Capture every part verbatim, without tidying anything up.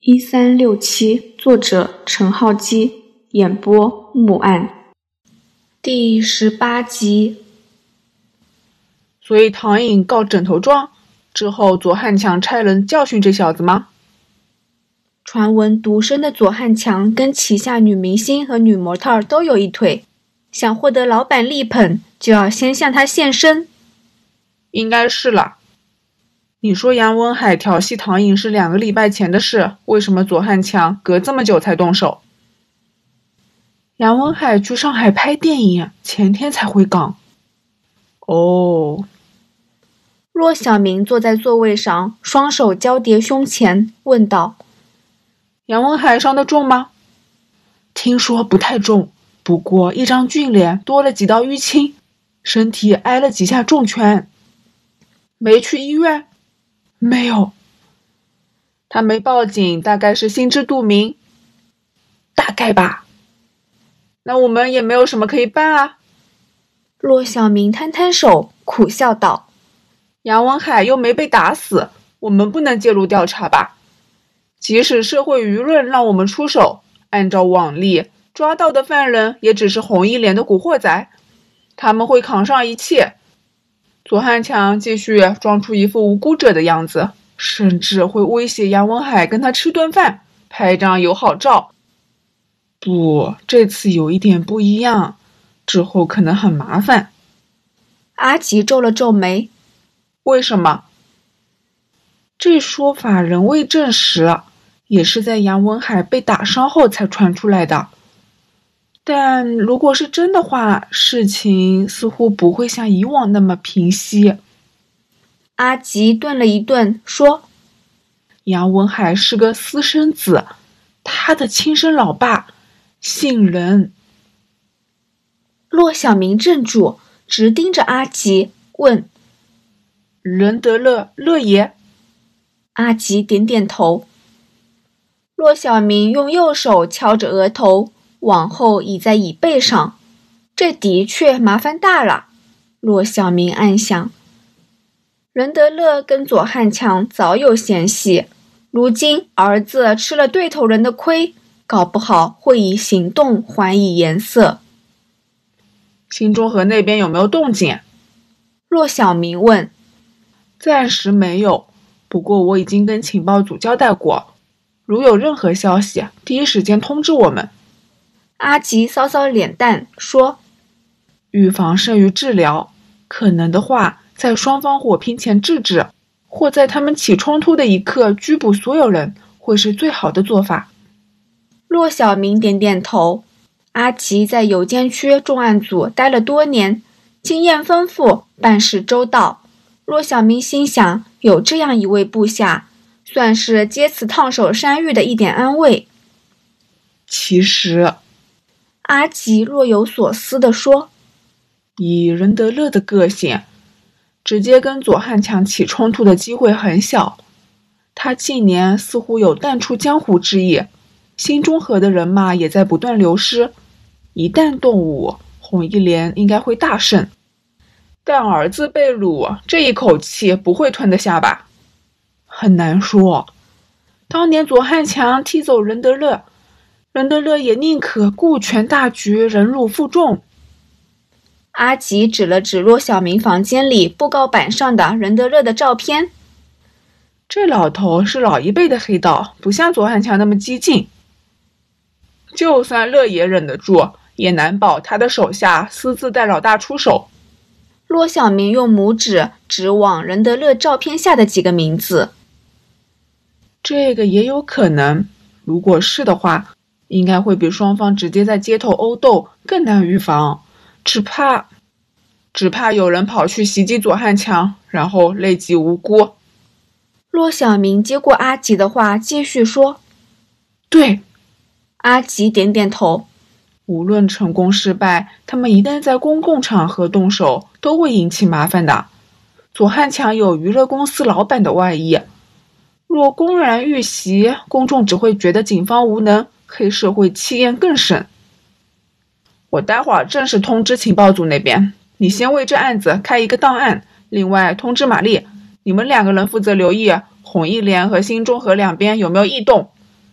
一三六七，作者陈浩基，演播木案。第十八集。 所以唐颖告枕头状之后，左汉强差人教训这小子吗？ 传闻独生的左汉强跟旗下女明星和女模特都有一腿，想获得老板力捧，就要先向他献身。 应该是了。你说杨文海调戏唐颖是两个礼拜前的事，为什么左汉强隔这么久才动手？杨文海去上海拍电影，前天才回港。哦。 骆小明坐在座位上，双手交叠胸前，问道： 杨文海伤得重吗？听说不太重，不过一张俊脸多了几道淤青，身体挨了几下重拳。没去医院？没有。他没报警，大概是心知肚明。大概吧。那我们也没有什么可以办啊。 骆小明摊摊手，苦笑道： 杨文海又没被打死，我们不能介入调查吧？即使社会舆论让我们出手，按照往例，抓到的犯人也只是红衣脸的古惑仔，他们会扛上一切。左汉强继续装出一副无辜者的样子，甚至会威胁杨文海跟他吃顿饭，拍张友好照。不，这次有一点不一样，之后可能很麻烦。 阿吉皱了皱眉。 为什么？这说法仍未证实，也是在杨文海被打伤后才传出来的。但如果是真的话，事情似乎不会像以往那么平息。 阿吉顿了一顿，说： 杨文海是个私生子，他的亲生老爸姓任。 骆小明怔住，直盯着阿吉，问： 任德乐，乐爷？ 阿吉点点头。骆小明用右手敲着额头，往后倚在椅背上，这的确麻烦大了。骆小明暗想，任德乐跟左汉强早有嫌隙，如今儿子吃了对头人的亏，搞不好会以行动还以颜色。 新中和那边有没有动静？ 骆小明问。 暂时没有，不过我已经跟情报组交代过，如有任何消息，第一时间通知我们。 阿吉搔搔脸蛋，说： 预防胜于治疗，可能的话，在双方火拼前制止，或在他们起冲突的一刻拘捕所有人，会是最好的做法。 骆小明点点头。阿吉在邮监区重案组待了多年，经验丰富，办事周到。骆小明心想，有这样一位部下，算是接此烫手山芋的一点安慰。 其实， 阿吉若有所思地说： 以任德乐的个性，直接跟左汉强起冲突的机会很小。他近年似乎有淡出江湖之意，新中和的人马也在不断流失。一旦动武，红一连应该会大胜。但儿子被掳，这一口气不会吞得下吧？很难说。当年左汉强踢走任德乐，任德乐也宁可顾全大局，忍辱负重。 阿吉指了指骆小明房间里布告板上的任德乐的照片。 这老头是老一辈的黑道，不像左汉强那么激进。就算乐爷忍得住，也难保他的手下私自带老大出手。 骆小明用拇指指往任德乐照片下的几个名字。 这个也有可能，如果是的话，应该会比双方直接在街头殴斗更难预防。只怕，只怕有人跑去袭击左汉强，然后累及无辜。 骆小明接过阿吉的话，继续说： 对。 阿吉点点头。 无论成功失败，他们一旦在公共场合动手，都会引起麻烦的。左汉强有娱乐公司老板的外衣，若公然遇袭，公众只会觉得警方无能，黑社会气焰更盛。我待会儿正式通知情报组那边，你先为这案子开一个档案，另外通知玛丽，你们两个人负责留意红一连和新中和两边有没有异动。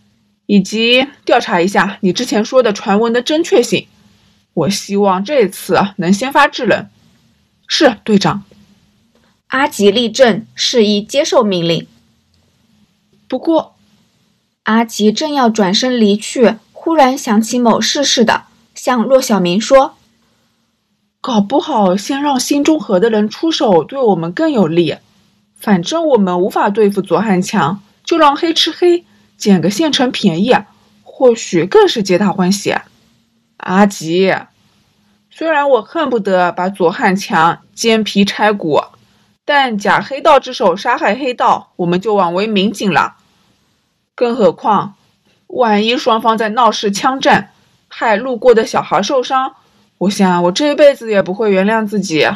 以及调查一下你之前说的传闻的正确性。我希望这次能先发制人。是，队长。 阿吉立正，示意接受命令。 不过， 阿吉正要转身离去，忽然想起某事似的，向骆小明说： 搞不好先让新中和的人出手对我们更有利。反正我们无法对付左汉强，就让黑吃黑，捡个现成便宜，或许更是皆大欢喜。阿吉，虽然我恨不得把左汉强煎皮拆骨，但假黑道之手杀害黑道，我们就枉为民警了。更何况，万一双方在闹事枪战，害路过的小孩受伤，我想我这辈子也不会原谅自己。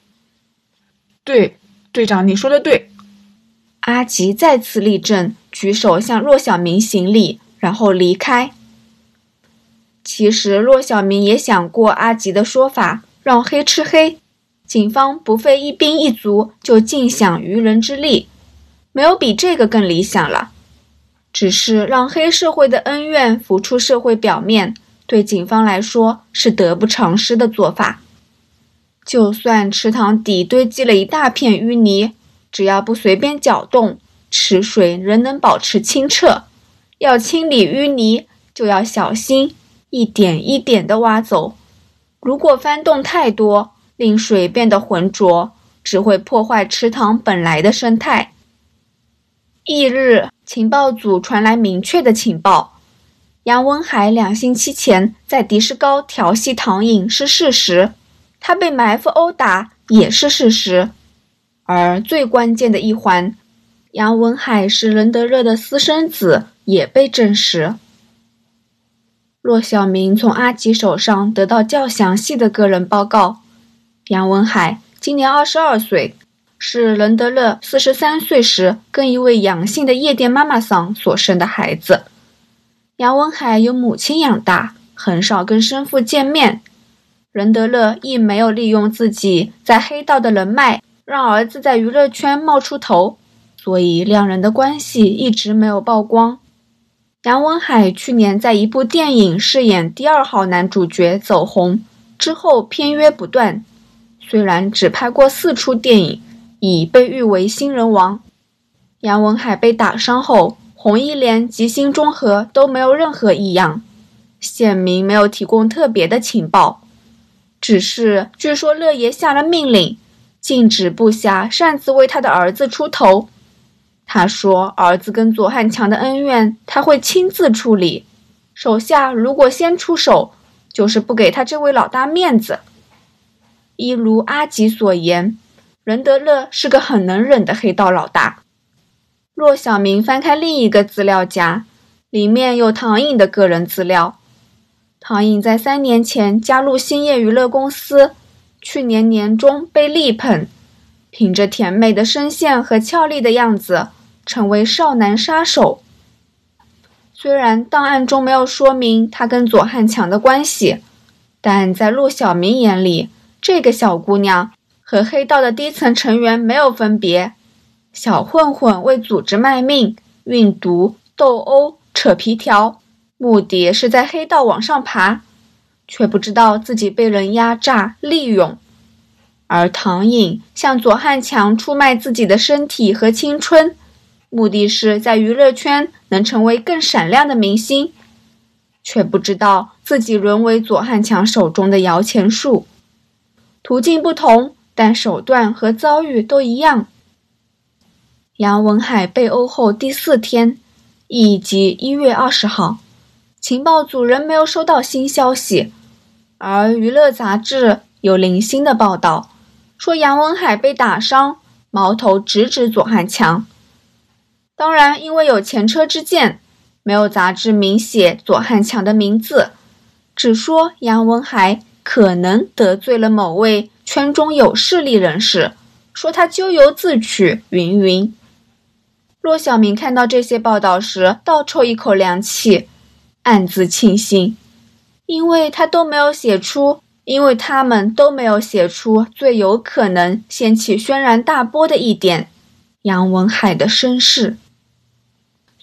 对，队长，你说的对。 阿吉再次立正，举手向骆小明行礼，然后离开。其实骆小明也想过阿吉的说法，让黑吃黑，警方不费一兵一卒就尽享渔人之利，没有比这个更理想了。只是让黑社会的恩怨浮出社会表面，对警方来说是得不偿失的做法。就算池塘底堆积了一大片淤泥，只要不随便搅动，池水仍能保持清澈。要清理淤泥，就要小心，一点一点地挖走。如果翻动太多，令水变得浑浊，只会破坏池塘本来的生态。翌日，情报组传来明确的情报，杨文海两星期前在迪士高调戏唐颖是事实，他被埋伏殴打也是事实。而最关键的一环，杨文海是任德热的私生子，也被证实。骆小明从阿吉手上得到较详细的个人报告。杨文海今年二十二岁，是任德热四十三岁时跟一位杨姓的夜店妈妈桑所生的孩子。杨文海由母亲养大，很少跟生父见面。任德热亦没有利用自己在黑道的人脉，让儿子在娱乐圈冒出头，所以两人的关系一直没有曝光。杨文海去年在一部电影饰演第二号男主角走红，之后片约不断，虽然只拍过四出电影，已被誉为新人王。杨文海被打伤后，红一连及新中和都没有任何异样，县民没有提供特别的情报，只是据说乐爷下了命令，禁止部下擅自为他的儿子出头。他说儿子跟左汉强的恩怨他会亲自处理，手下如果先出手，就是不给他这位老大面子。一如阿吉所言，任德热是个很能忍的黑道老大。骆小明翻开另一个资料夹，里面有唐颖的个人资料。唐颖在三年前加入兴业娱乐公司，去年年中被力捧，凭着甜美的声线和俏丽的样子，成为少男杀手。虽然档案中没有说明他跟左汉强的关系，但在骆小明眼里，这个小姑娘和黑道的低层成员没有分别。小混混为组织卖命，运毒、斗殴、扯皮条，目的是在黑道往上爬，却不知道自己被人压榨利用。而唐颖向左汉强出卖自己的身体和青春，目的是在娱乐圈能成为更闪亮的明星，却不知道自己沦为左汉强手中的摇钱树。途径不同，但手段和遭遇都一样。杨文海被殴后第四天，亦即一月二十号，情报组仍没有收到新消息，而娱乐杂志有零星的报道，说杨文海被打伤，矛头直指左汉强。当然，因为有前车之鉴，没有杂志明写左汉强的名字，只说杨文海可能得罪了某位圈中有势力人士，说他咎由自取，云云。骆小明看到这些报道时，倒抽一口凉气，暗自庆幸，因为他都没有写出，因为他们都没有写出最有可能掀起轩然大波的一点，杨文海的身世。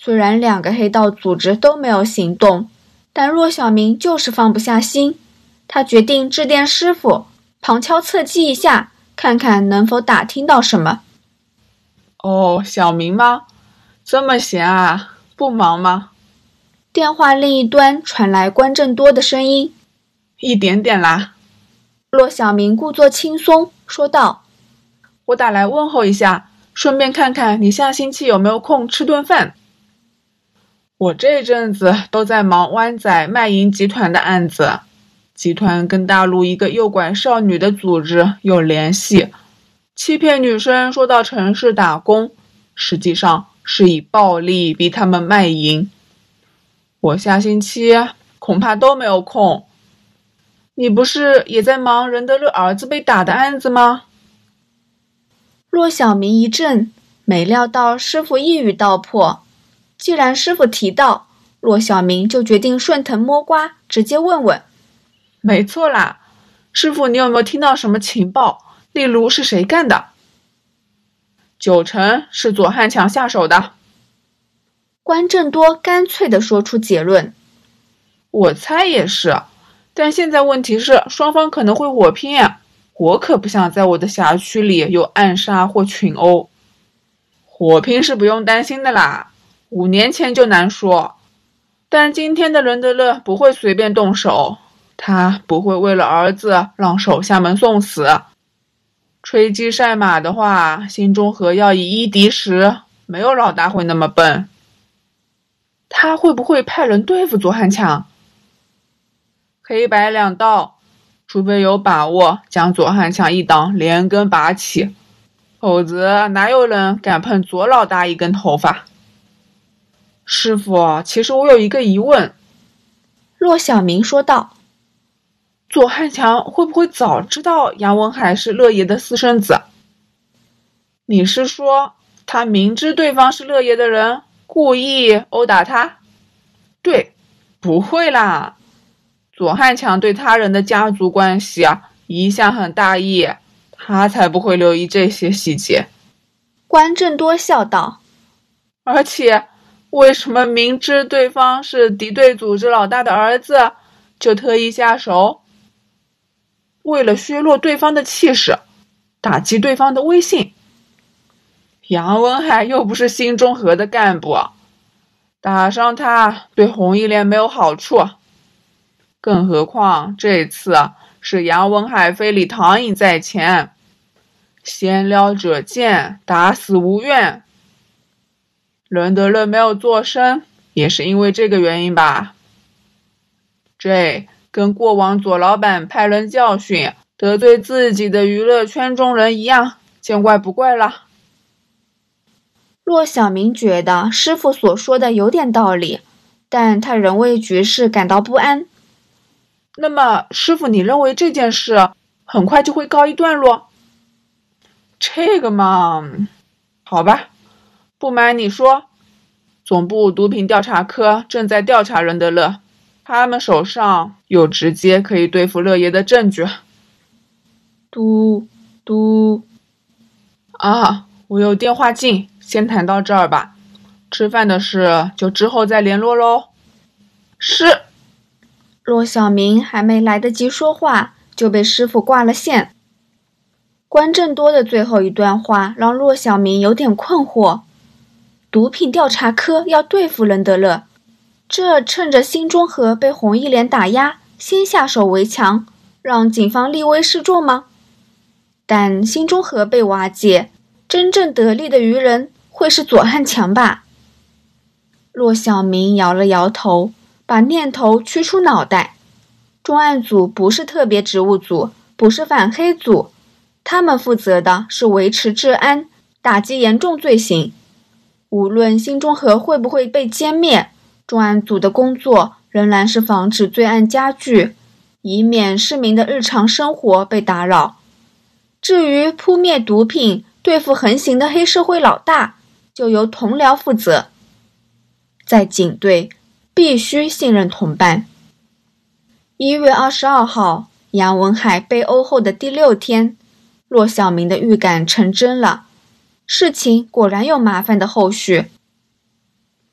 虽然两个黑道组织都没有行动，但骆小明就是放不下心。他决定致电师傅，旁敲侧击一下，看看能否打听到什么。 哦，小明吗？这么闲啊？不忙吗？ 电话另一端传来关正多的声音。 一点点啦。 骆小明故作轻松说道： 我打来问候一下，顺便看看你下星期有没有空吃顿饭。我这阵子都在忙湾仔卖淫集团的案子，集团跟大陆一个诱拐少女的组织有联系，欺骗女生说到城市打工，实际上是以暴力逼他们卖淫。我下星期恐怕都没有空。你不是也在忙任德乐儿子被打的案子吗？ 骆小明一怔，没料到师傅一语道破。既然师傅提到，骆小明就决定顺藤摸瓜，直接问问。 没错啦，师傅，你有没有听到什么情报？例如是谁干的？九成是左汉强下手的。 关正多干脆地说出结论。 我猜也是，但现在问题是双方可能会火拼，我可不想在我的辖区里有暗杀或群殴。火拼是不用担心的啦，五年前就难说。但今天的任德乐不会随便动手，他不会为了儿子让手下们送死。吹鸡晒马的话，新中和要以一敌十，没有老大会那么笨。他会不会派人对付左汉强？黑白两道，除非有把握将左汉强一党连根拔起，否则哪有人敢碰左老大一根头发？师傅，其实我有一个疑问。 骆小明说道。 左汉强会不会早知道杨文海是乐爷的私生子？你是说他明知对方是乐爷的人，故意殴打他？对，不会啦。左汉强对他人的家族关系啊，一向很大意，他才不会留意这些细节。 关正多笑道。 而且为什么明知对方是敌对组织老大的儿子，就特意下手？为了削弱对方的气势，打击对方的威信。杨文海又不是新中和的干部，打伤他对红一连没有好处。更何况这次是杨文海非礼唐颖在前，先撩者贱，打死无怨。任德乐没有做声，也是因为这个原因吧。这跟过往左老板派人教训，得罪自己的娱乐圈中人一样，见怪不怪了。 骆小明觉得师傅所说的有点道理，但他仍为局势感到不安。 那么，师傅，你认为这件事很快就会告一段落？这个嘛，好吧，不瞒你说，总部毒品调查科正在调查任德乐，他们手上有直接可以对付乐爷的证据。 嘟嘟啊，我有电话进，先谈到这儿吧。吃饭的事就之后再联络喽。是。 骆小明还没来得及说话，就被师傅挂了线。关正多的最后一段话让骆小明有点困惑。毒品调查科要对付任德乐，这趁着新中和被红一连打压，先下手为强，让警方立威示众吗？但新中和被瓦解，真正得利的渔人会是左汉强吧？骆小明摇了摇头，把念头驱出脑袋。专案组不是特别职务组，不是反黑组，他们负责的是维持治安，打击严重罪行。无论新中和会不会被歼灭，专案组的工作仍然是防止罪案加剧，以免市民的日常生活被打扰。至于扑灭毒品、对付横行的黑社会老大，就由同僚负责。在警队必须信任同伴。一月二十二号，杨文海被殴后的第六天，骆小明的预感成真了，事情果然有麻烦的后续。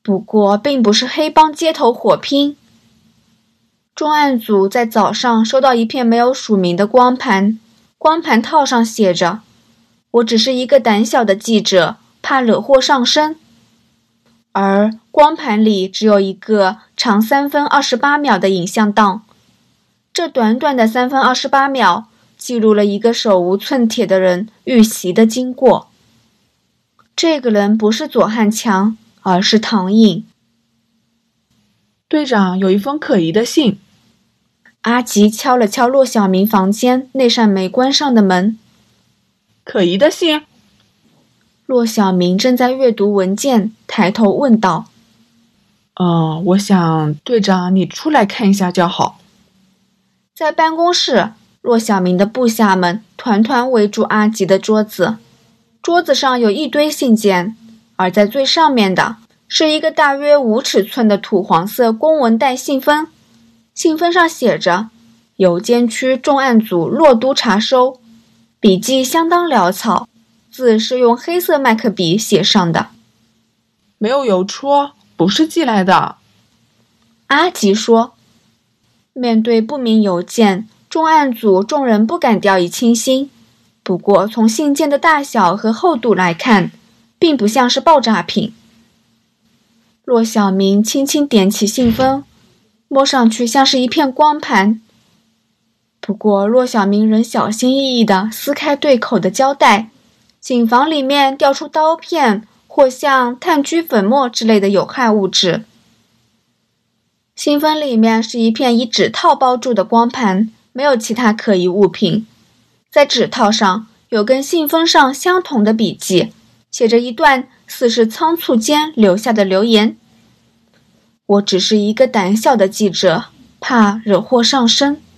不过并不是黑帮街头火拼。重案组在早上收到一片没有署名的光盘，光盘套上写着：我只是一个胆小的记者，怕惹祸上身。而光盘里只有一个长三分二十八秒的影像档，这短短的三分二十八秒记录了一个手无寸铁的人遇袭的经过。这个人不是左汉强，而是唐颖。 队长有一封可疑的信。 阿吉敲了敲骆小明房间那扇没关上的门。 可疑的信？ 骆小明正在阅读文件，抬头问道： 呃，我想队长你出来看一下较好。 在办公室，骆小明的部下们团团围住阿吉的桌子，桌子上有一堆信件，而在最上面的是一个大约五尺寸的土黄色公文袋信封，信封上写着邮监区重案组洛都查收，笔迹相当潦草，字是用黑色麦克笔写上的。 没有邮出，不是寄来的。 阿吉说，面对不明邮件，重案组众人不敢掉以轻心，不过从信件的大小和厚度来看，并不像是爆炸品。骆小明轻轻点起信封，摸上去像是一片光盘。不过骆小明仍小心翼翼地撕开对口的胶带，谨防里面掉出刀片或像炭疽粉末之类的有害物质。信封里面是一片以纸套包住的光盘，没有其他可疑物品。在纸套上有跟信封上相同的笔记，写着一段似是仓促间留下的留言：我只是一个胆小的记者，怕惹祸上身。